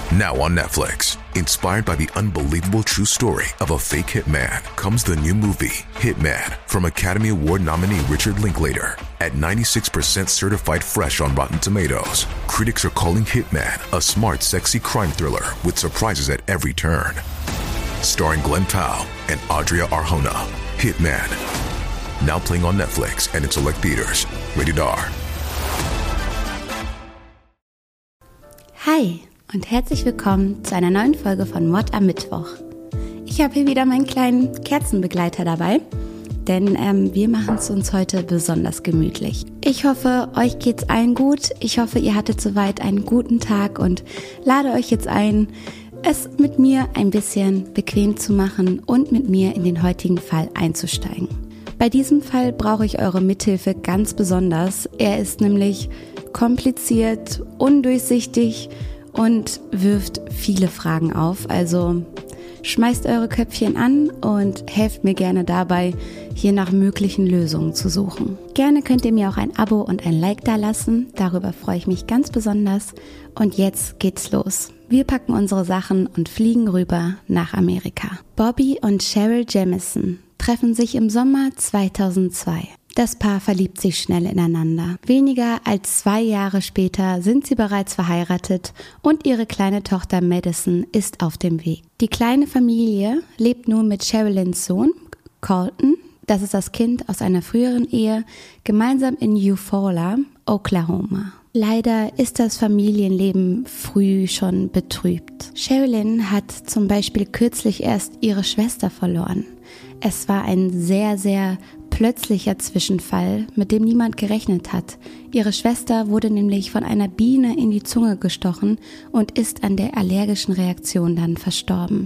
Now on Netflix, inspired by the unbelievable true story of a fake hitman, comes the new movie, Hitman, from Academy Award nominee Richard Linklater. At 96% certified fresh on Rotten Tomatoes, critics are calling Hitman a smart, sexy crime thriller with surprises at every turn. Starring Glenn Powell and Adria Arjona, Hitman. Now playing on Netflix and in select theaters. Rated R. Hi und herzlich willkommen zu einer neuen Folge von Mod am Mittwoch. Ich habe hier wieder meinen kleinen Kerzenbegleiter dabei, denn wir machen es uns heute besonders gemütlich. Ich hoffe, euch geht's allen gut. Ich hoffe, ihr hattet soweit einen guten Tag und lade euch jetzt ein, es mit mir ein bisschen bequem zu machen und mit mir in den heutigen Fall einzusteigen. Bei diesem Fall brauche ich eure Mithilfe ganz besonders. Er ist nämlich kompliziert, undurchsichtig und wirft viele Fragen auf. Also schmeißt eure Köpfchen an und helft mir gerne dabei, hier nach möglichen Lösungen zu suchen. Gerne könnt ihr mir auch ein Abo und ein Like dalassen. Darüber freue ich mich ganz besonders. Und jetzt geht's los. Wir packen unsere Sachen und fliegen rüber nach Amerika. Bobby und Cheryl Jamison treffen sich im Sommer 2002. Das Paar verliebt sich schnell ineinander. Weniger als 2 Jahre später sind sie bereits verheiratet und ihre kleine Tochter Madison ist auf dem Weg. Die kleine Familie lebt nun mit Sheryls Sohn, Colton, das ist das Kind aus einer früheren Ehe, gemeinsam in Eufaula, Oklahoma. Leider ist das Familienleben früh schon betrübt. Sheryl hat zum Beispiel kürzlich erst ihre Schwester verloren. Es war ein sehr, sehr plötzlicher Zwischenfall, mit dem niemand gerechnet hat. Ihre Schwester wurde nämlich von einer Biene in die Zunge gestochen und ist an der allergischen Reaktion dann verstorben.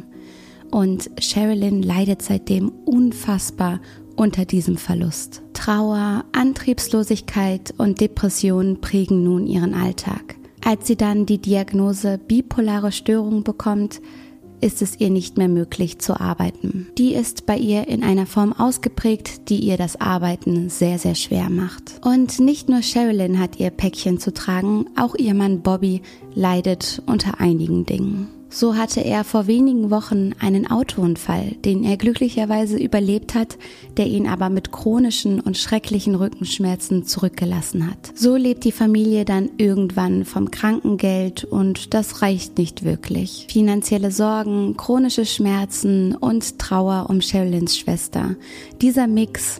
Und Sheryl leidet seitdem unfassbar unter diesem Verlust. Trauer, Antriebslosigkeit und Depression prägen nun ihren Alltag. Als sie dann die Diagnose bipolare Störung bekommt, ist es ihr nicht mehr möglich zu arbeiten. Die ist bei ihr in einer Form ausgeprägt, die ihr das Arbeiten sehr, sehr schwer macht. Und nicht nur Sheryl hat ihr Päckchen zu tragen, auch ihr Mann Bobby leidet unter einigen Dingen. So hatte er vor wenigen Wochen einen Autounfall, den er glücklicherweise überlebt hat, der ihn aber mit chronischen und schrecklichen Rückenschmerzen zurückgelassen hat. So lebt die Familie dann irgendwann vom Krankengeld und das reicht nicht wirklich. Finanzielle Sorgen, chronische Schmerzen und Trauer um Sheryls Schwester. Dieser Mix,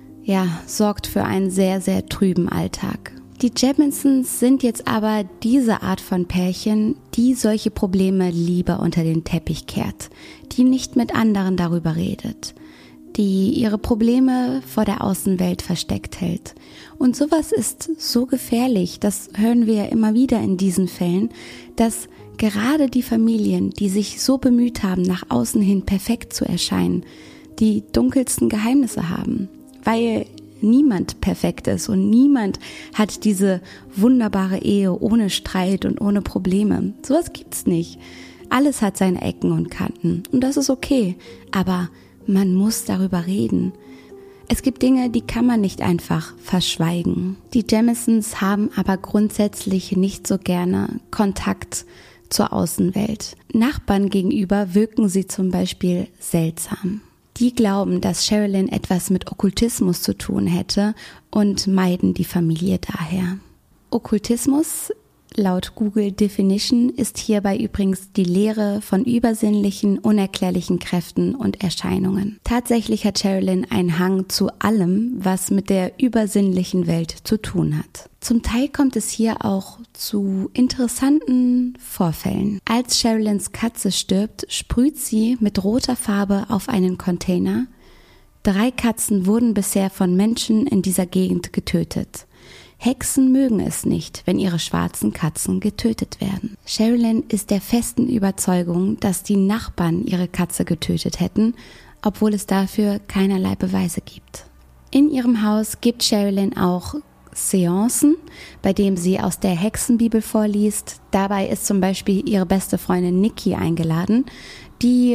sorgt für einen sehr, sehr trüben Alltag. Die Jamisons sind jetzt aber diese Art von Pärchen, die solche Probleme lieber unter den Teppich kehrt, die nicht mit anderen darüber redet, die ihre Probleme vor der Außenwelt versteckt hält. Und sowas ist so gefährlich, das hören wir ja immer wieder in diesen Fällen, dass gerade die Familien, die sich so bemüht haben, nach außen hin perfekt zu erscheinen, die dunkelsten Geheimnisse haben, weil niemand perfekt ist und niemand hat diese wunderbare Ehe ohne Streit und ohne Probleme. Sowas gibt's nicht. Alles hat seine Ecken und Kanten und das ist okay, aber man muss darüber reden. Es gibt Dinge, die kann man nicht einfach verschweigen. Die Jamisons haben aber grundsätzlich nicht so gerne Kontakt zur Außenwelt. Nachbarn gegenüber wirken sie zum Beispiel seltsam. Die glauben, dass Sheryl etwas mit Okkultismus zu tun hätte und meiden die Familie daher. Okkultismus, laut Google Definition, ist hierbei übrigens die Lehre von übersinnlichen, unerklärlichen Kräften und Erscheinungen. Tatsächlich hat Sheryl einen Hang zu allem, was mit der übersinnlichen Welt zu tun hat. Zum Teil kommt es hier auch zu interessanten Vorfällen. Als Sheryls Katze stirbt, sprüht sie mit roter Farbe auf einen Container. 3 Katzen wurden bisher von Menschen in dieser Gegend getötet. Hexen mögen es nicht, wenn ihre schwarzen Katzen getötet werden. Sheryl ist der festen Überzeugung, dass die Nachbarn ihre Katze getötet hätten, obwohl es dafür keinerlei Beweise gibt. In ihrem Haus gibt Sheryl auch Seancen, bei denen sie aus der Hexenbibel vorliest. Dabei ist zum Beispiel ihre beste Freundin Nikki eingeladen, die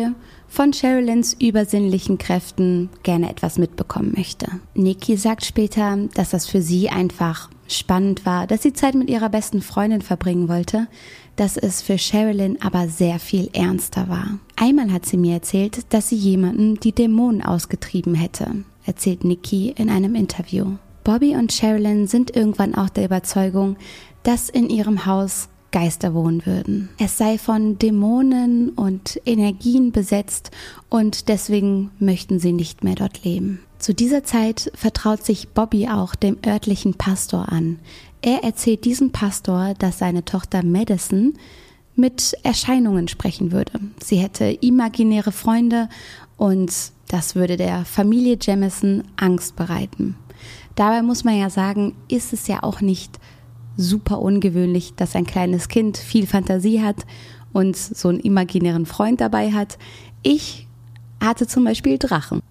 von Sheryllans übersinnlichen Kräften gerne etwas mitbekommen möchte. Nikki sagt später, dass das für sie einfach spannend war, dass sie Zeit mit ihrer besten Freundin verbringen wollte, dass es für Sheryllin aber sehr viel ernster war. Einmal hat sie mir erzählt, dass sie jemanden die Dämonen ausgetrieben hätte, erzählt Nikki in einem Interview. Bobby und Sheryllin sind irgendwann auch der Überzeugung, dass in ihrem Haus Geister wohnen würden. Es sei von Dämonen und Energien besetzt und deswegen möchten sie nicht mehr dort leben. Zu dieser Zeit vertraut sich Bobby auch dem örtlichen Pastor an. Er erzählt diesem Pastor, dass seine Tochter Madison mit Erscheinungen sprechen würde. Sie hätte imaginäre Freunde und das würde der Familie Jamison Angst bereiten. Dabei muss man ja sagen, ist es ja auch nicht super ungewöhnlich, dass ein kleines Kind viel Fantasie hat und so einen imaginären Freund dabei hat. Ich hatte zum Beispiel Drachen.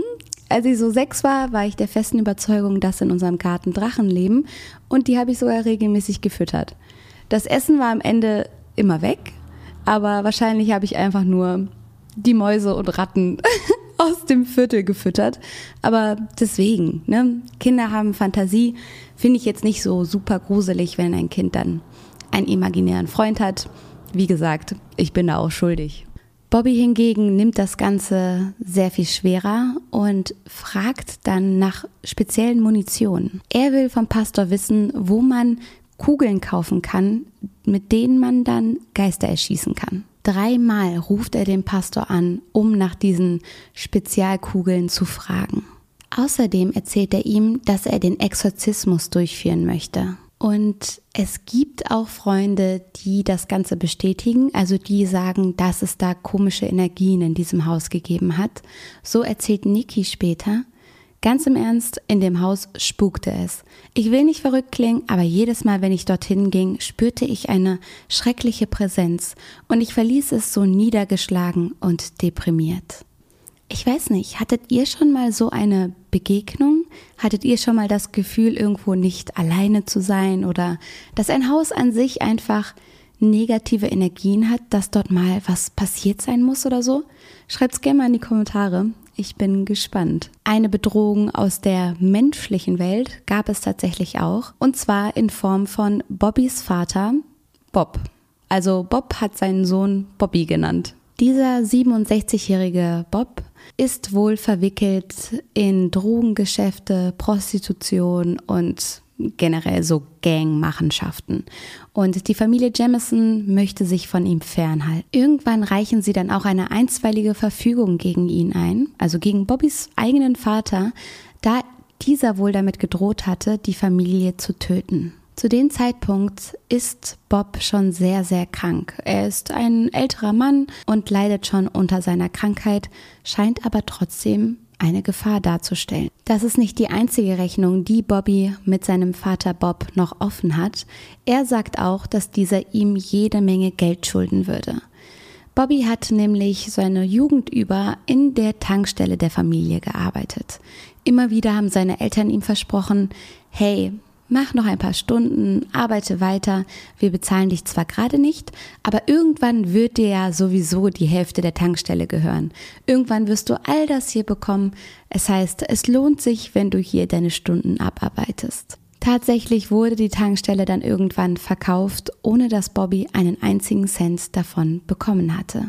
Als ich so 6 war, war ich der festen Überzeugung, dass in unserem Garten Drachen leben und die habe ich sogar regelmäßig gefüttert. Das Essen war am Ende immer weg, aber wahrscheinlich habe ich einfach nur die Mäuse und Ratten aus dem Viertel gefüttert. Aber deswegen, ne? Kinder haben Fantasie, finde ich jetzt nicht so super gruselig, wenn ein Kind dann einen imaginären Freund hat. Wie gesagt, ich bin da auch schuldig. Bobby hingegen nimmt das Ganze sehr viel schwerer und fragt dann nach speziellen Munition. Er will vom Pastor wissen, wo man Kugeln kaufen kann, mit denen man dann Geister erschießen kann. 3-mal ruft er den Pastor an, um nach diesen Spezialkugeln zu fragen. Außerdem erzählt er ihm, dass er den Exorzismus durchführen möchte. Und es gibt auch Freunde, die das Ganze bestätigen, also die sagen, dass es da komische Energien in diesem Haus gegeben hat. So erzählt Nikki später: Ganz im Ernst, in dem Haus spukte es. Ich will nicht verrückt klingen, aber jedes Mal, wenn ich dorthin ging, spürte ich eine schreckliche Präsenz und ich verließ es so niedergeschlagen und deprimiert. Ich weiß nicht, hattet ihr schon mal so eine Begegnung? Hattet ihr schon mal das Gefühl, irgendwo nicht alleine zu sein oder dass ein Haus an sich einfach negative Energien hat, dass dort mal was passiert sein muss oder so? Schreibt's gerne mal in die Kommentare. Ich bin gespannt. Eine Bedrohung aus der menschlichen Welt gab es tatsächlich auch, und zwar in Form von Bobbys Vater, Bob. Also Bob hat seinen Sohn Bobby genannt. Dieser 67-jährige Bob ist wohl verwickelt in Drogengeschäfte, Prostitution und generell so Gangmachenschaften. Und die Familie Jamison möchte sich von ihm fernhalten. Irgendwann reichen sie dann auch eine einstweilige Verfügung gegen ihn ein, also gegen Bobbys eigenen Vater, da dieser wohl damit gedroht hatte, die Familie zu töten. Zu dem Zeitpunkt ist Bob schon sehr, sehr krank. Er ist ein älterer Mann und leidet schon unter seiner Krankheit, scheint aber trotzdem eine Gefahr darzustellen. Das ist nicht die einzige Rechnung, die Bobby mit seinem Vater Bob noch offen hat. Er sagt auch, dass dieser ihm jede Menge Geld schulden würde. Bobby hat nämlich seine Jugend über in der Tankstelle der Familie gearbeitet. Immer wieder haben seine Eltern ihm versprochen: Hey, mach noch ein paar Stunden, arbeite weiter, wir bezahlen dich zwar gerade nicht, aber irgendwann wird dir ja sowieso die Hälfte der Tankstelle gehören. Irgendwann wirst du all das hier bekommen. Es heißt, es lohnt sich, wenn du hier deine Stunden abarbeitest. Tatsächlich wurde die Tankstelle dann irgendwann verkauft, ohne dass Bobby einen einzigen Cent davon bekommen hatte.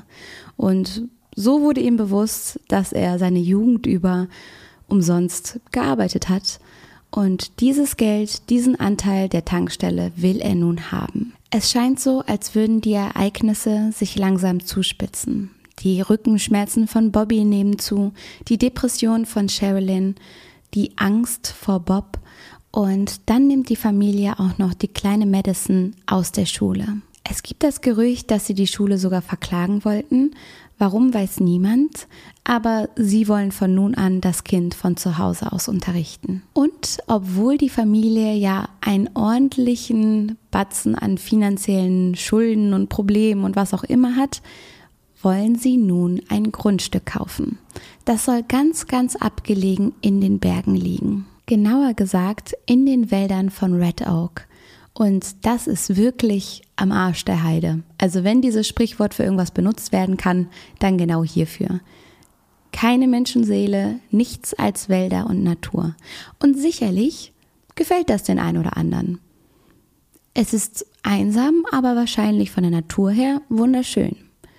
Und so wurde ihm bewusst, dass er seine Jugend über umsonst gearbeitet hat. Und dieses Geld, diesen Anteil der Tankstelle will er nun haben. Es scheint so, als würden die Ereignisse sich langsam zuspitzen. Die Rückenschmerzen von Bobby nehmen zu, die Depression von Sheryllin, die Angst vor Bob, und dann nimmt die Familie auch noch die kleine Madison aus der Schule. Es gibt das Gerücht, dass sie die Schule sogar verklagen wollten. Warum, weiß niemand, aber sie wollen von nun an das Kind von zu Hause aus unterrichten. Und obwohl die Familie ja einen ordentlichen Batzen an finanziellen Schulden und Problemen und was auch immer hat, wollen sie nun ein Grundstück kaufen. Das soll ganz, ganz abgelegen in den Bergen liegen. Genauer gesagt in den Wäldern von Red Oak. Und das ist wirklich am Arsch der Heide. Also wenn dieses Sprichwort für irgendwas benutzt werden kann, dann genau hierfür. Keine Menschenseele, nichts als Wälder und Natur. Und sicherlich gefällt das den einen oder anderen. Es ist einsam, aber wahrscheinlich von der Natur her wunderschön.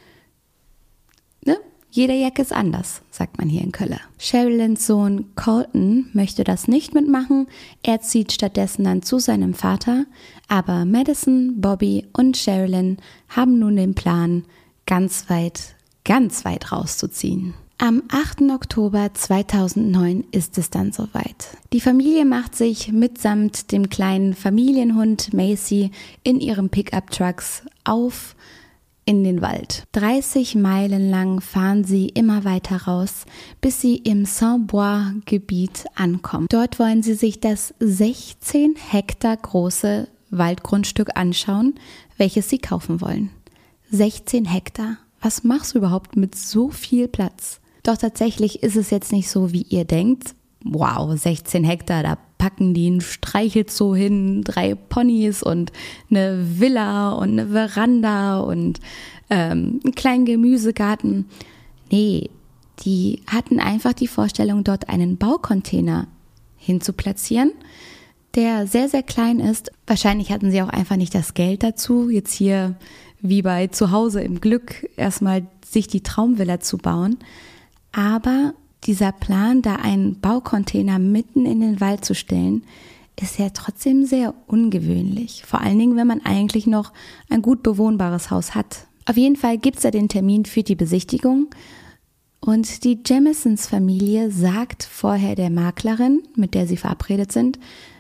Ne? Jeder Jack ist anders, sagt man hier in Köln. Sherylyns Sohn Colton möchte das nicht mitmachen. Er zieht stattdessen dann zu seinem Vater. Aber Madison, Bobby und Sherylyn haben nun den Plan, ganz weit rauszuziehen. Am 8. Oktober 2009 ist es dann soweit. Die Familie macht sich mitsamt dem kleinen Familienhund Macy in ihrem Pickup-Trucks auf in den Wald. 30 Meilen lang fahren sie immer weiter raus, bis sie im Saint-Bois-Gebiet ankommen. Dort wollen sie sich das 16 Hektar große Waldgrundstück anschauen, welches sie kaufen wollen. 16 Hektar. Was machst du überhaupt mit so viel Platz? Doch tatsächlich ist es jetzt nicht so, wie ihr denkt. Wow, 16 Hektar, da packen die einen Streichelzoo hin, 3 Ponys und eine Villa und eine Veranda und einen kleinen Gemüsegarten. Nee, die hatten einfach die Vorstellung, dort einen Baucontainer hinzuplatzieren, der sehr, sehr klein ist. Wahrscheinlich hatten sie auch einfach nicht das Geld dazu, jetzt hier wie bei zu Hause im Glück erstmal sich die Traumvilla zu bauen. Aber dieser Plan, da einen Baucontainer mitten in den Wald zu stellen, ist ja trotzdem sehr ungewöhnlich. Vor allen Dingen, wenn man eigentlich noch ein gut bewohnbares Haus hat. Auf jeden Fall gibt es da den Termin für die Besichtigung. Und die Jamisons Familie sagt vorher der Maklerin, mit der sie verabredet sind,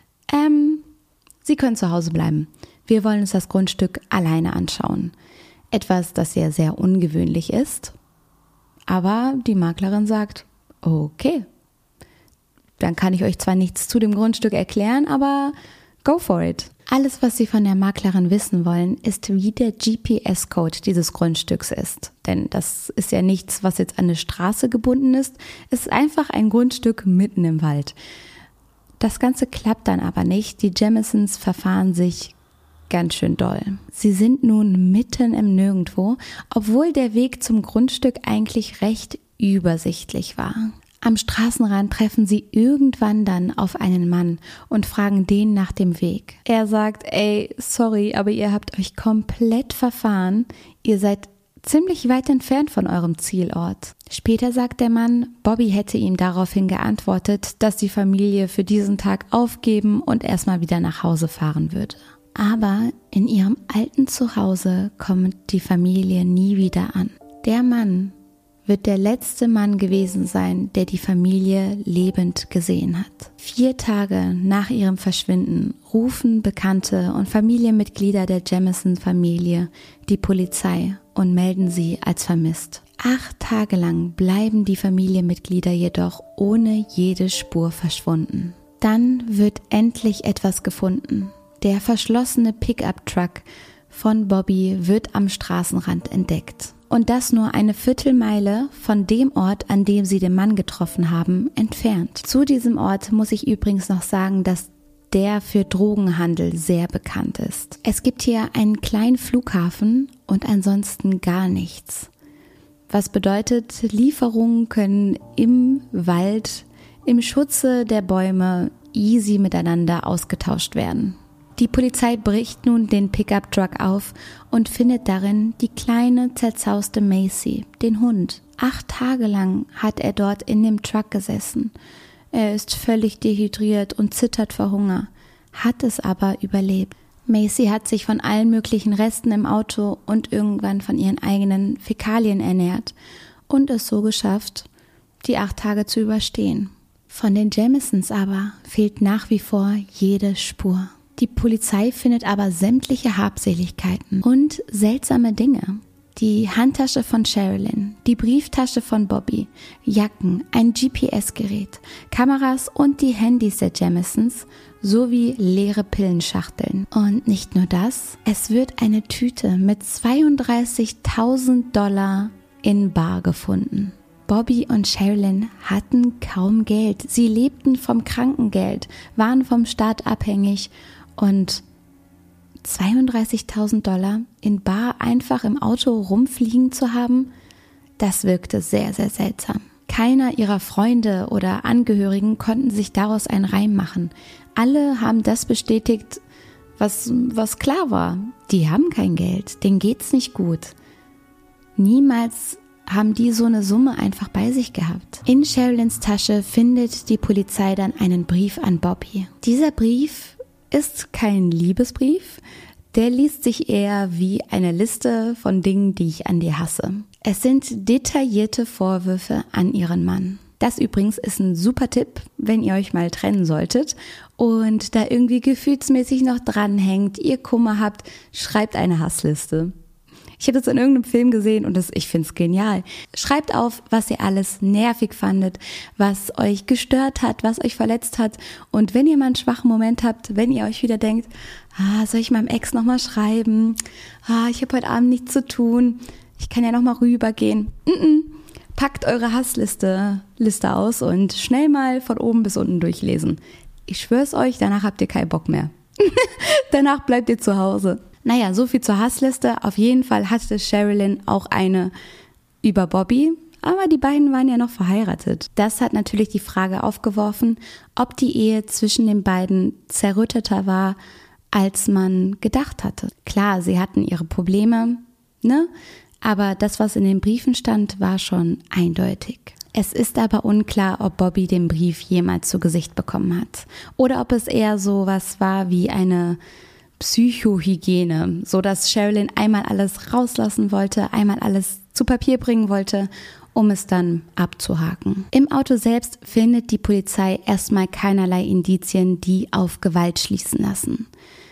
sie können zu Hause bleiben. Wir wollen uns das Grundstück alleine anschauen. Etwas, das ja sehr ungewöhnlich ist. Aber die Maklerin sagt, okay, dann kann ich euch zwar nichts zu dem Grundstück erklären, aber go for it. Alles, was sie von der Maklerin wissen wollen, ist, wie der GPS-Code dieses Grundstücks ist. Denn das ist ja nichts, was jetzt an eine Straße gebunden ist. Es ist einfach ein Grundstück mitten im Wald. Das Ganze klappt dann aber nicht. Die Jamisons verfahren sich ganz schön doll. Sie sind nun mitten im Nirgendwo, obwohl der Weg zum Grundstück eigentlich recht übersichtlich war. Am Straßenrand treffen sie irgendwann dann auf einen Mann und fragen den nach dem Weg. Er sagt, sorry, aber ihr habt euch komplett verfahren. Ihr seid ziemlich weit entfernt von eurem Zielort. Später sagt der Mann, Bobby hätte ihm daraufhin geantwortet, dass die Familie für diesen Tag aufgeben und erstmal wieder nach Hause fahren würde. Aber in ihrem alten Zuhause kommt die Familie nie wieder an. Der Mann wird der letzte Mann gewesen sein, der die Familie lebend gesehen hat. 4 Tage nach ihrem Verschwinden rufen Bekannte und Familienmitglieder der Jamison-Familie die Polizei und melden sie als vermisst. 8 Tage lang bleiben die Familienmitglieder jedoch ohne jede Spur verschwunden. Dann wird endlich etwas gefunden. Der verschlossene Pickup-Truck von Bobby wird am Straßenrand entdeckt. Und das nur eine Viertelmeile von dem Ort, an dem sie den Mann getroffen haben, entfernt. Zu diesem Ort muss ich übrigens noch sagen, dass der für Drogenhandel sehr bekannt ist. Es gibt hier einen kleinen Flughafen und ansonsten gar nichts. Was bedeutet, Lieferungen können im Wald, im Schutze der Bäume easy miteinander ausgetauscht werden. Die Polizei bricht nun den Pickup-Truck auf und findet darin die kleine, zerzauste Macy, den Hund. 8 Tage lang hat er dort in dem Truck gesessen. Er ist völlig dehydriert und zittert vor Hunger, hat es aber überlebt. Macy hat sich von allen möglichen Resten im Auto und irgendwann von ihren eigenen Fäkalien ernährt und es so geschafft, die 8 Tage zu überstehen. Von den Jamisons aber fehlt nach wie vor jede Spur. Die Polizei findet aber sämtliche Habseligkeiten und seltsame Dinge. Die Handtasche von Sherylyn, die Brieftasche von Bobby, Jacken, ein GPS-Gerät, Kameras und die Handys der Jamisons sowie leere Pillenschachteln. Und nicht nur das, es wird eine Tüte mit $32.000 in bar gefunden. Bobby und Sherylyn hatten kaum Geld. Sie lebten vom Krankengeld, waren vom Staat abhängig und $32.000 in bar einfach im Auto rumfliegen zu haben, das wirkte sehr, sehr seltsam. Keiner ihrer Freunde oder Angehörigen konnten sich daraus einen Reim machen. Alle haben das bestätigt, was klar war. Die haben kein Geld, denen geht's nicht gut. Niemals haben die so eine Summe einfach bei sich gehabt. In Sherilyn's Tasche findet die Polizei dann einen Brief an Bobby. Dieser Brief ist kein Liebesbrief, der liest sich eher wie eine Liste von Dingen, die ich an dir hasse. Es sind detaillierte Vorwürfe an ihren Mann. Das übrigens ist ein super Tipp, wenn ihr euch mal trennen solltet und da irgendwie gefühlsmäßig noch dranhängt, ihr Kummer habt, schreibt eine Hassliste. Ich habe das in irgendeinem Film gesehen und ich finde es genial. Schreibt auf, was ihr alles nervig fandet, was euch gestört hat, was euch verletzt hat. Und wenn ihr mal einen schwachen Moment habt, wenn ihr euch wieder denkt, soll ich meinem Ex nochmal schreiben? Ich habe heute Abend nichts zu tun. Ich kann ja nochmal rübergehen. Packt eure Hassliste aus und schnell mal von oben bis unten durchlesen. Ich schwör's euch, danach habt ihr keinen Bock mehr. Danach bleibt ihr zu Hause. Naja, so viel zur Hassliste. Auf jeden Fall hatte Sherilyn auch eine über Bobby, aber die beiden waren ja noch verheiratet. Das hat natürlich die Frage aufgeworfen, ob die Ehe zwischen den beiden zerrütteter war, als man gedacht hatte. Klar, sie hatten ihre Probleme, ne? Aber das, was in den Briefen stand, war schon eindeutig. Es ist aber unklar, ob Bobby den Brief jemals zu Gesicht bekommen hat. Oder ob es eher so was war wie eine Psychohygiene, so dass Sherilyn einmal alles rauslassen wollte, einmal alles zu Papier bringen wollte, um es dann abzuhaken. Im Auto selbst findet die Polizei erstmal keinerlei Indizien, die auf Gewalt schließen lassen.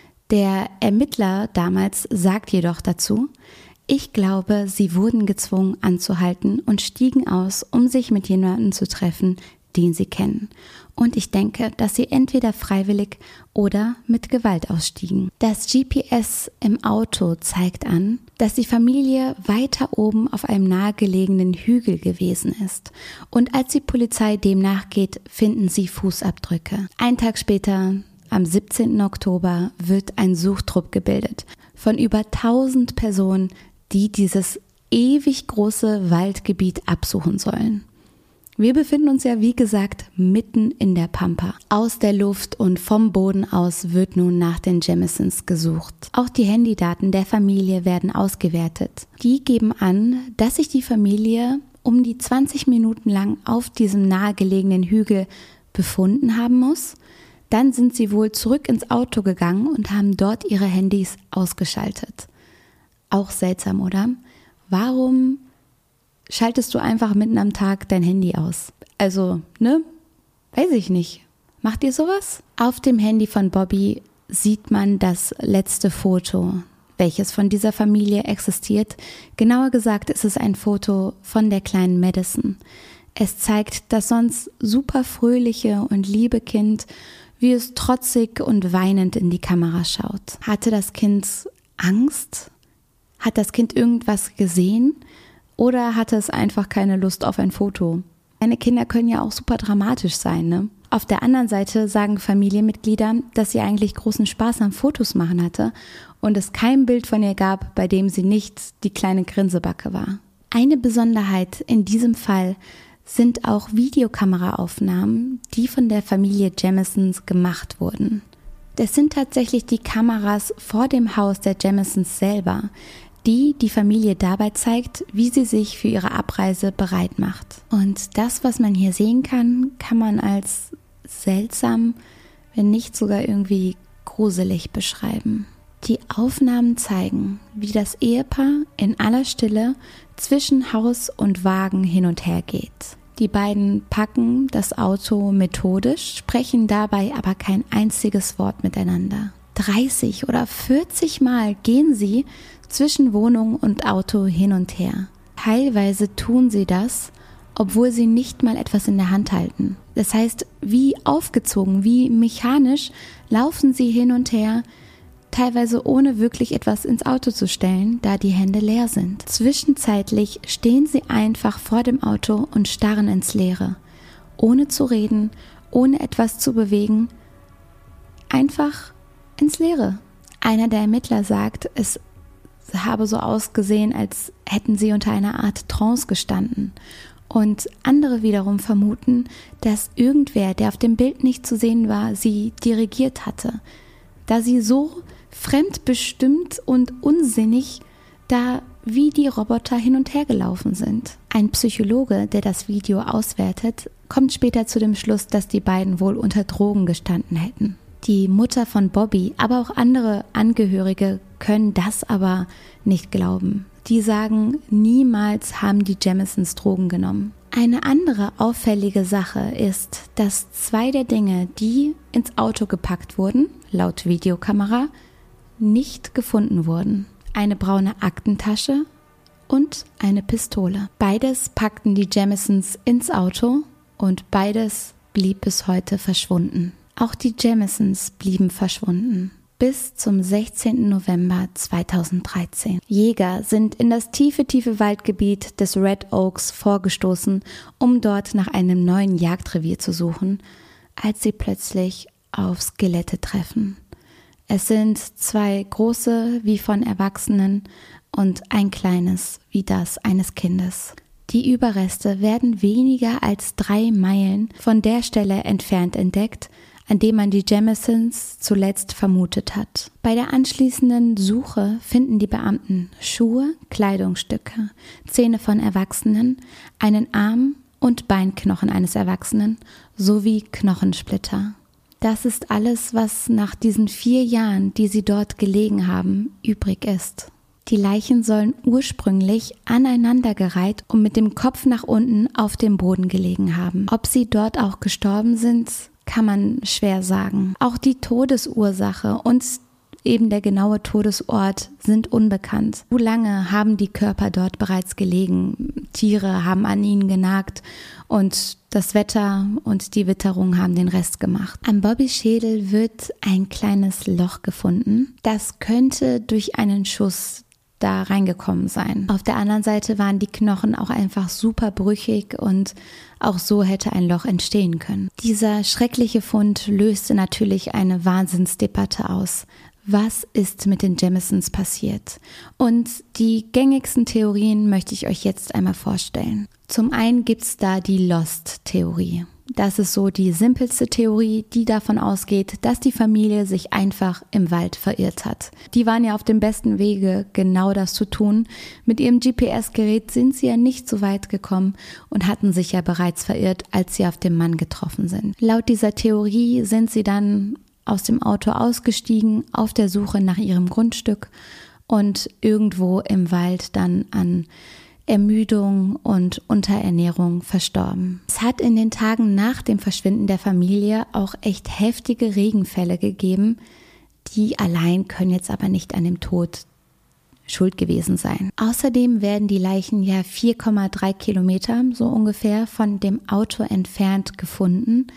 Der Ermittler damals sagt jedoch dazu: Ich glaube, sie wurden gezwungen anzuhalten und stiegen aus, um sich mit jemandem zu treffen, den sie kennen. Und ich denke, dass sie entweder freiwillig oder mit Gewalt ausstiegen. Das GPS im Auto zeigt an, dass die Familie weiter oben auf einem nahegelegenen Hügel gewesen ist. Und als die Polizei dem nachgeht, finden sie Fußabdrücke. Einen Tag später, am 17. Oktober, wird ein Suchtrupp gebildet von über 1000 Personen, die dieses ewig große Waldgebiet absuchen sollen. Wir befinden uns ja, wie gesagt, mitten in der Pampa. Aus der Luft und vom Boden aus wird nun nach den Jamisons gesucht. Auch die Handydaten der Familie werden ausgewertet. Die geben an, dass sich die Familie um die 20 Minuten lang auf diesem nahegelegenen Hügel befunden haben muss. Dann sind sie wohl zurück ins Auto gegangen und haben dort ihre Handys ausgeschaltet. Auch seltsam, oder? Warum schaltest du einfach mitten am Tag dein Handy aus? Also, weiß ich nicht. Macht ihr sowas? Auf dem Handy von Bobby sieht man das letzte Foto, welches von dieser Familie existiert. Genauer gesagt ist es ein Foto von der kleinen Madison. Es zeigt das sonst super fröhliche und liebe Kind, wie es trotzig und weinend in die Kamera schaut. Hatte das Kind Angst? Hat das Kind irgendwas gesehen? Oder hatte es einfach keine Lust auf ein Foto? Kleine Kinder können ja auch super dramatisch sein, ne? Auf der anderen Seite sagen Familienmitglieder, dass sie eigentlich großen Spaß am Fotos machen hatte und es kein Bild von ihr gab, bei dem sie nicht die kleine Grinsebacke war. Eine Besonderheit in diesem Fall sind auch Videokameraaufnahmen, die von der Familie Jamisons gemacht wurden. Das sind tatsächlich die Kameras vor dem Haus der Jamisons selber, die Familie dabei zeigt, wie sie sich für ihre Abreise bereit macht. Und das, was man hier sehen kann, kann man als seltsam, wenn nicht sogar irgendwie gruselig beschreiben. Die Aufnahmen zeigen, wie das Ehepaar in aller Stille zwischen Haus und Wagen hin und her geht. Die beiden packen das Auto methodisch, sprechen dabei aber kein einziges Wort miteinander. 30 oder 40 Mal gehen sie zwischen Wohnung und Auto hin und her. Teilweise tun sie das, obwohl sie nicht mal etwas in der Hand halten. Das heißt, wie aufgezogen, wie mechanisch laufen sie hin und her, teilweise ohne wirklich etwas ins Auto zu stellen, da die Hände leer sind. Zwischenzeitlich stehen sie einfach vor dem Auto und starren ins Leere, ohne zu reden, ohne etwas zu bewegen, einfach ins Leere. Einer der Ermittler sagt, es habe so ausgesehen, als hätten sie unter einer Art Trance gestanden. Und andere wiederum vermuten, dass irgendwer, der auf dem Bild nicht zu sehen war, sie dirigiert hatte, da sie so fremdbestimmt und unsinnig da wie die Roboter hin und her gelaufen sind. Ein Psychologe, der das Video auswertet, kommt später zu dem Schluss, dass die beiden wohl unter Drogen gestanden hätten. Die Mutter von Bobby, aber auch andere Angehörige können das aber nicht glauben. Die sagen, niemals haben die Jamisons Drogen genommen. Eine andere auffällige Sache ist, dass 2 der Dinge, die ins Auto gepackt wurden, laut Videokamera, nicht gefunden wurden. Eine braune Aktentasche und eine Pistole. Beides packten die Jamisons ins Auto und beides blieb bis heute verschwunden. Auch die Jamisons blieben verschwunden. Bis zum 16. November 2013. Jäger sind in das tiefe Waldgebiet des Red Oaks vorgestoßen, um dort nach einem neuen Jagdrevier zu suchen, als sie plötzlich auf Skelette treffen. Es sind 2 große wie von Erwachsenen und ein kleines wie das eines Kindes. Die Überreste werden weniger als 3 Meilen von der Stelle entfernt entdeckt, an dem man die Jamisons zuletzt vermutet hat. Bei der anschließenden Suche finden die Beamten Schuhe, Kleidungsstücke, Zähne von Erwachsenen, einen Arm und Beinknochen eines Erwachsenen sowie Knochensplitter. Das ist alles, was nach diesen 4 Jahren, die sie dort gelegen haben, übrig ist. Die Leichen sollen ursprünglich aneinandergereiht und mit dem Kopf nach unten auf dem Boden gelegen haben. Ob sie dort auch gestorben sind, kann man schwer sagen. Auch die Todesursache und eben der genaue Todesort sind unbekannt. Wie lange haben die Körper dort bereits gelegen? Tiere haben an ihnen genagt und das Wetter und die Witterung haben den Rest gemacht. An Bobbys Schädel wird ein kleines Loch gefunden. Das könnte durch einen Schuss da reingekommen sein. Auf der anderen Seite waren die Knochen auch einfach super brüchig und auch so hätte ein Loch entstehen können. Dieser schreckliche Fund löste natürlich eine Wahnsinnsdebatte aus. Was ist mit den Jamisons passiert? Und die gängigsten Theorien möchte ich euch jetzt einmal vorstellen. Zum einen gibt es da die Lost-Theorie. Das ist so die simpelste Theorie, die davon ausgeht, dass die Familie sich einfach im Wald verirrt hat. Die waren ja auf dem besten Wege, genau das zu tun. Mit ihrem GPS-Gerät sind sie ja nicht so weit gekommen und hatten sich ja bereits verirrt, als sie auf den Mann getroffen sind. Laut dieser Theorie sind sie dann aus dem Auto ausgestiegen, auf der Suche nach ihrem Grundstück und irgendwo im Wald dann an Ermüdung und Unterernährung verstorben. Es hat in den Tagen nach dem Verschwinden der Familie auch echt heftige Regenfälle gegeben, die allein können jetzt aber nicht an dem Tod schuld gewesen sein. Außerdem werden die Leichen ja 4,3 Kilometer so ungefähr von dem Auto entfernt gefunden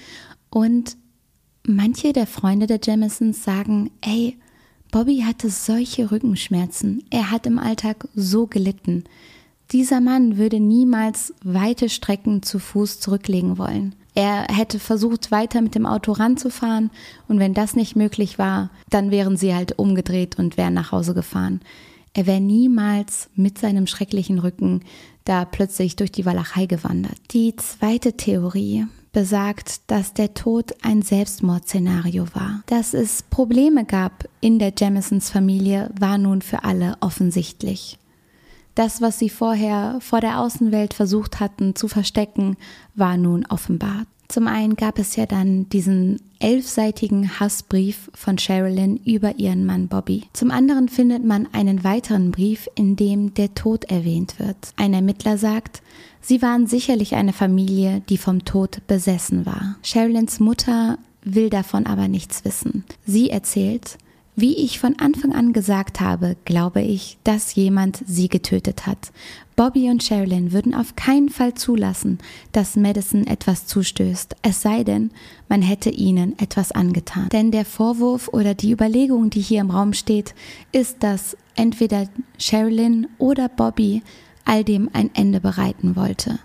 und manche der Freunde der Jamisons sagen, ey, Bobby hatte solche Rückenschmerzen, er hat im Alltag so gelitten. Dieser Mann würde niemals weite Strecken zu Fuß zurücklegen wollen. Er hätte versucht, weiter mit dem Auto ranzufahren und wenn das nicht möglich war, dann wären sie halt umgedreht und wären nach Hause gefahren. Er wäre niemals mit seinem schrecklichen Rücken da plötzlich durch die Walachei gewandert. Die zweite Theorie besagt, dass der Tod ein Selbstmordszenario war. Dass es Probleme gab in der Jamisons Familie, war nun für alle offensichtlich. Das, was sie vorher vor der Außenwelt versucht hatten zu verstecken, war nun offenbart. Zum einen gab es ja dann diesen 11-seitigen Hassbrief von Sherilyn über ihren Mann Bobby. Zum anderen findet man einen weiteren Brief, in dem der Tod erwähnt wird. Ein Ermittler sagt, sie waren sicherlich eine Familie, die vom Tod besessen war. Sherilyns Mutter will davon aber nichts wissen. Sie erzählt, wie ich von Anfang an gesagt habe, glaube ich, dass jemand sie getötet hat. Bobby und Sherilyn würden auf keinen Fall zulassen, dass Madison etwas zustößt, es sei denn, man hätte ihnen etwas angetan. Denn der Vorwurf oder die Überlegung, die hier im Raum steht, ist, dass entweder Sherilyn oder Bobby all dem ein Ende bereiten wollte.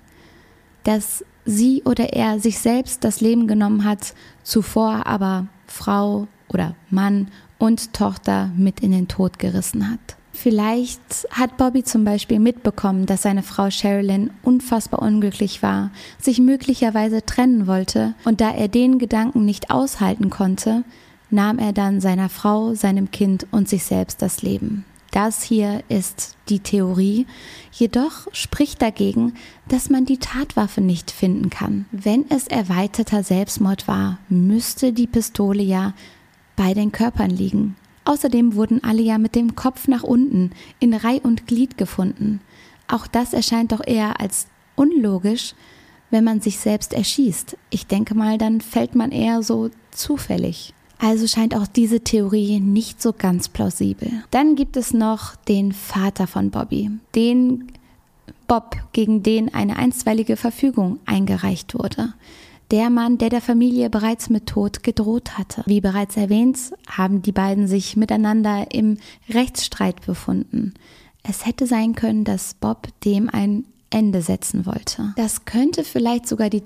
Dass sie oder er sich selbst das Leben genommen hat, zuvor aber Frau oder Mann und Tochter mit in den Tod gerissen hat. Vielleicht hat Bobby zum Beispiel mitbekommen, dass seine Frau Sherilyn unfassbar unglücklich war, sich möglicherweise trennen wollte, und da er den Gedanken nicht aushalten konnte, nahm er dann seiner Frau, seinem Kind und sich selbst das Leben. Das hier ist die Theorie, jedoch spricht dagegen, dass man die Tatwaffe nicht finden kann. Wenn es erweiterter Selbstmord war, müsste die Pistole ja bei den Körpern liegen. Außerdem wurden alle ja mit dem Kopf nach unten in Reih und Glied gefunden. Auch das erscheint doch eher als unlogisch, wenn man sich selbst erschießt. Ich denke mal, dann fällt man eher so zufällig. Also scheint auch diese Theorie nicht so ganz plausibel. Dann gibt es noch den Vater von Bobby, den Bob, gegen den eine einstweilige Verfügung eingereicht wurde. Der Mann, der Familie bereits mit Tod gedroht hatte. Wie bereits erwähnt, haben die beiden sich miteinander im Rechtsstreit befunden. Es hätte sein können, dass Bob dem ein Ende setzen wollte. Das könnte vielleicht sogar die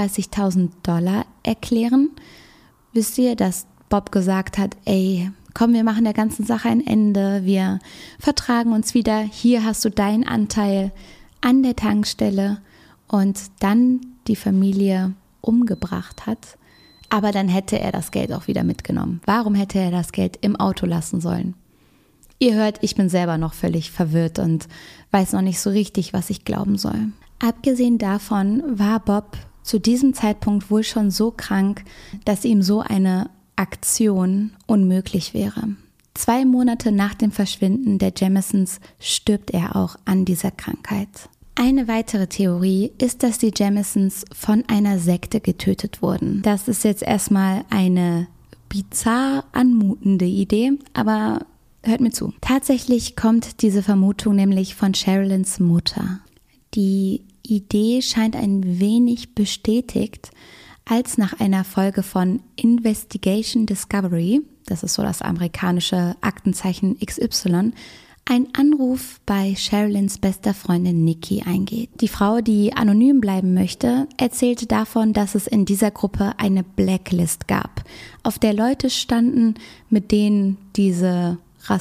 $32.000 erklären. Wisst ihr, dass Bob gesagt hat, ey, komm, wir machen der ganzen Sache ein Ende, wir vertragen uns wieder, hier hast du deinen Anteil an der Tankstelle, und dann die Familie umgebracht hat, aber dann hätte er das Geld auch wieder mitgenommen. Warum hätte er das Geld im Auto lassen sollen? Ihr hört, ich bin selber noch völlig verwirrt und weiß noch nicht so richtig, was ich glauben soll. Abgesehen davon war Bob zu diesem Zeitpunkt wohl schon so krank, dass ihm so eine Aktion unmöglich wäre. 2 Monate nach dem Verschwinden der Jamisons stirbt er auch an dieser Krankheit. Eine weitere Theorie ist, dass die Jamisons von einer Sekte getötet wurden. Das ist jetzt erstmal eine bizarr anmutende Idee, aber hört mir zu. Tatsächlich kommt diese Vermutung nämlich von Sherilyns Mutter. Die Idee scheint ein wenig bestätigt, als nach einer Folge von Investigation Discovery, das ist so das amerikanische Aktenzeichen XY, ein Anruf bei Sherilyns bester Freundin Nikki eingeht. Die Frau, die anonym bleiben möchte, erzählte davon, dass es in dieser Gruppe eine Blacklist gab, auf der Leute standen, mit denen diese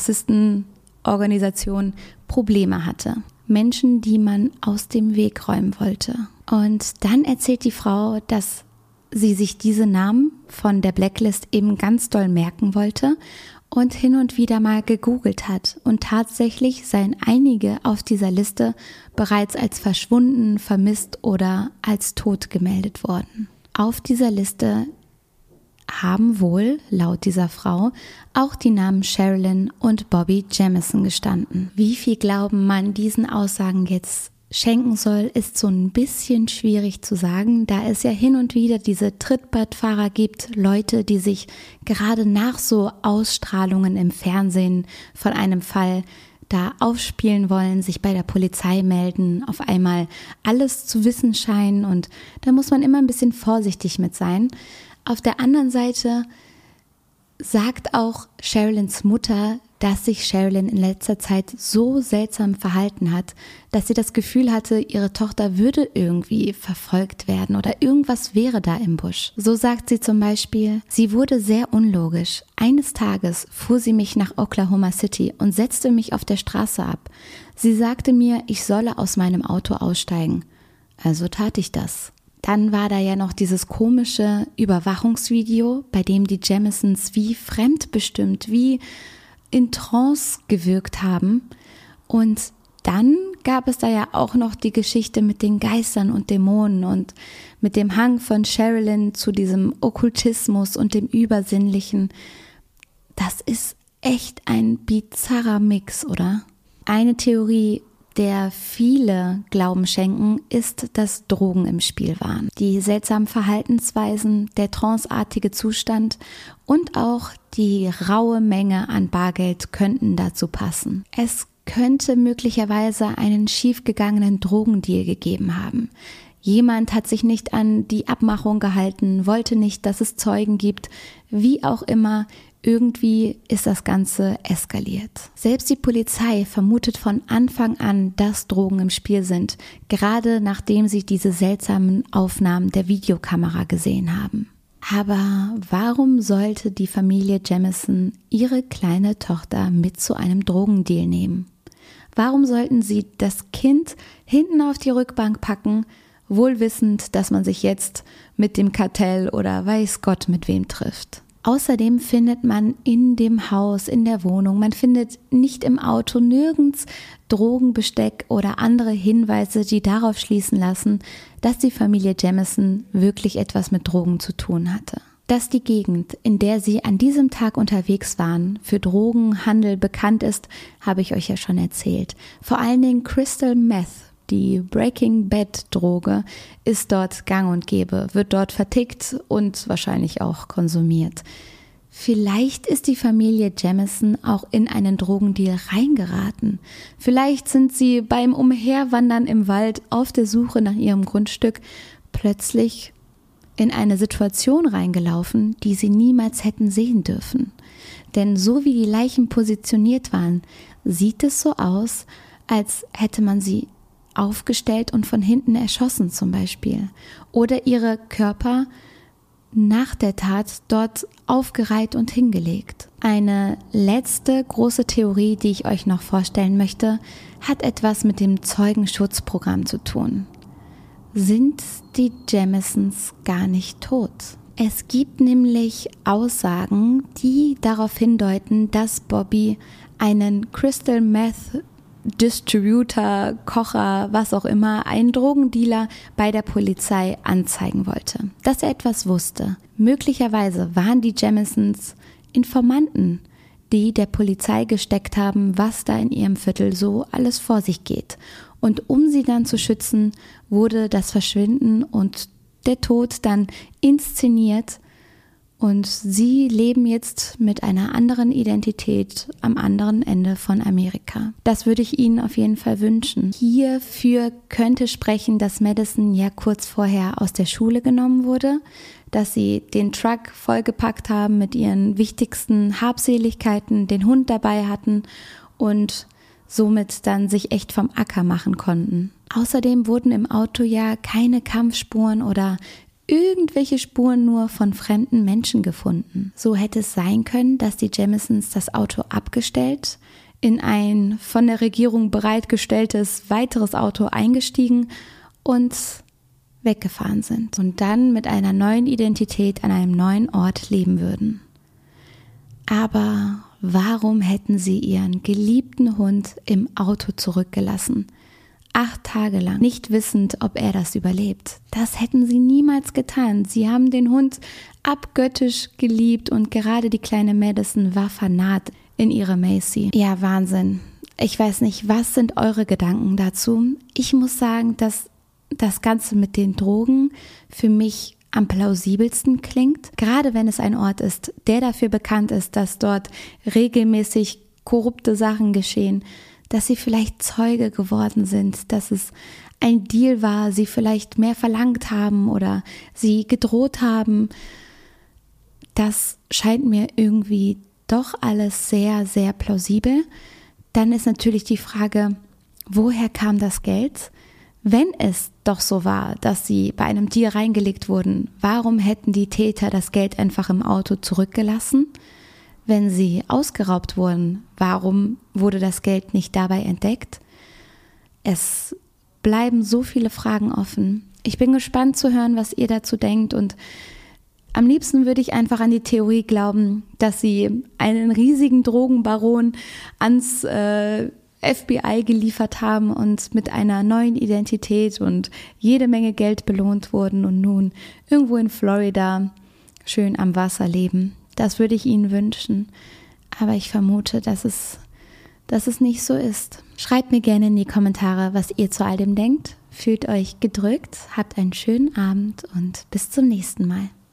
Rassistenorganisation Probleme hatte. Menschen, die man aus dem Weg räumen wollte. Und dann erzählt die Frau, dass sie sich diese Namen von der Blacklist eben ganz doll merken wollte und hin und wieder mal gegoogelt hat. Und tatsächlich seien einige auf dieser Liste bereits als verschwunden, vermisst oder als tot gemeldet worden. Auf dieser Liste haben wohl, laut dieser Frau, auch die Namen Sherilyn und Bobby Jamison gestanden. Wie viel Glauben man diesen Aussagen jetzt schenken soll, ist so ein bisschen schwierig zu sagen, da es ja hin und wieder diese Trittbrettfahrer gibt, Leute, die sich gerade nach so Ausstrahlungen im Fernsehen von einem Fall da aufspielen wollen, sich bei der Polizei melden, auf einmal alles zu wissen scheinen, und da muss man immer ein bisschen vorsichtig mit sein. Auf der anderen Seite sagt auch Sherilyns Mutter, dass sich Sherilyn in letzter Zeit so seltsam verhalten hat, dass sie das Gefühl hatte, ihre Tochter würde irgendwie verfolgt werden oder irgendwas wäre da im Busch. So sagt sie zum Beispiel, sie wurde sehr unlogisch. Eines Tages fuhr sie mich nach Oklahoma City und setzte mich auf der Straße ab. Sie sagte mir, ich solle aus meinem Auto aussteigen. Also tat ich das. Dann war da ja noch dieses komische Überwachungsvideo, bei dem die Jamisons wie fremdbestimmt, wie in Trance gewirkt haben. Und dann gab es da ja auch noch die Geschichte mit den Geistern und Dämonen und mit dem Hang von Sherilyn zu diesem Okkultismus und dem Übersinnlichen. Das ist echt ein bizarrer Mix, oder? Eine Theorie, der viele Glauben schenken, ist, dass Drogen im Spiel waren. Die seltsamen Verhaltensweisen, der tranceartige Zustand und auch die raue Menge an Bargeld könnten dazu passen. Es könnte möglicherweise einen schiefgegangenen Drogendeal gegeben haben. Jemand hat sich nicht an die Abmachung gehalten, wollte nicht, dass es Zeugen gibt, wie auch immer. Irgendwie ist das Ganze eskaliert. Selbst die Polizei vermutet von Anfang an, dass Drogen im Spiel sind, gerade nachdem sie diese seltsamen Aufnahmen der Videokamera gesehen haben. Aber warum sollte die Familie Jamison ihre kleine Tochter mit zu einem Drogendeal nehmen? Warum sollten sie das Kind hinten auf die Rückbank packen, wohl wissend, dass man sich jetzt mit dem Kartell oder weiß Gott mit wem trifft? Außerdem findet man in dem Haus, in der Wohnung, man findet nicht im Auto nirgends Drogenbesteck oder andere Hinweise, die darauf schließen lassen, dass die Familie Jamison wirklich etwas mit Drogen zu tun hatte. Dass die Gegend, in der sie an diesem Tag unterwegs waren, für Drogenhandel bekannt ist, habe ich euch ja schon erzählt. Vor allen Dingen Crystal Meth, die Breaking Bad Droge, ist dort gang und gäbe, wird dort vertickt und wahrscheinlich auch konsumiert. Vielleicht ist die Familie Jamison auch in einen Drogendeal reingeraten. Vielleicht sind sie beim Umherwandern im Wald auf der Suche nach ihrem Grundstück plötzlich in eine Situation reingelaufen, die sie niemals hätten sehen dürfen. Denn so wie die Leichen positioniert waren, sieht es so aus, als hätte man sie aufgestellt und von hinten erschossen zum Beispiel. Oder ihre Körper nach der Tat dort aufgereiht und hingelegt. Eine letzte große Theorie, die ich euch noch vorstellen möchte, hat etwas mit dem Zeugenschutzprogramm zu tun. Sind die Jamisons gar nicht tot? Es gibt nämlich Aussagen, die darauf hindeuten, dass Bobby einen Crystal Meth Distributor, Kocher, was auch immer, einen Drogendealer bei der Polizei anzeigen wollte. Dass er etwas wusste. Möglicherweise waren die Jamisons Informanten, die der Polizei gesteckt haben, was da in ihrem Viertel so alles vor sich geht. Und um sie dann zu schützen, wurde das Verschwinden und der Tod dann inszeniert. Und sie leben jetzt mit einer anderen Identität am anderen Ende von Amerika. Das würde ich Ihnen auf jeden Fall wünschen. Hierfür könnte sprechen, dass Madison ja kurz vorher aus der Schule genommen wurde, dass sie den Truck vollgepackt haben mit ihren wichtigsten Habseligkeiten, den Hund dabei hatten und somit dann sich echt vom Acker machen konnten. Außerdem wurden im Auto ja keine Kampfspuren oder irgendwelche Spuren nur von fremden Menschen gefunden. So hätte es sein können, dass die Jamisons das Auto abgestellt, in ein von der Regierung bereitgestelltes weiteres Auto eingestiegen und weggefahren sind und dann mit einer neuen Identität an einem neuen Ort leben würden. Aber warum hätten sie ihren geliebten Hund im Auto zurückgelassen? 8 Tage lang, nicht wissend, ob er das überlebt. Das hätten sie niemals getan. Sie haben den Hund abgöttisch geliebt und gerade die kleine Madison war vernarrt in ihre Macy. Ja, Wahnsinn. Ich weiß nicht, was sind eure Gedanken dazu? Ich muss sagen, dass das Ganze mit den Drogen für mich am plausibelsten klingt. Gerade wenn es ein Ort ist, der dafür bekannt ist, dass dort regelmäßig korrupte Sachen geschehen, dass sie vielleicht Zeuge geworden sind, dass es ein Deal war, sie vielleicht mehr verlangt haben oder sie gedroht haben. Das scheint mir irgendwie doch alles sehr, sehr plausibel. Dann ist natürlich die Frage, woher kam das Geld? Wenn es doch so war, dass sie bei einem Deal reingelegt wurden, warum hätten die Täter das Geld einfach im Auto zurückgelassen? Wenn sie ausgeraubt wurden, warum wurde das Geld nicht dabei entdeckt? Es bleiben so viele Fragen offen. Ich bin gespannt zu hören, was ihr dazu denkt und am liebsten würde ich einfach an die Theorie glauben, dass sie einen riesigen Drogenbaron ans FBI geliefert haben und mit einer neuen Identität und jede Menge Geld belohnt wurden und nun irgendwo in Florida schön am Wasser leben. Das würde ich Ihnen wünschen, aber ich vermute, dass es nicht so ist. Schreibt mir gerne in die Kommentare, was ihr zu all dem denkt. Fühlt euch gedrückt, habt einen schönen Abend und bis zum nächsten Mal.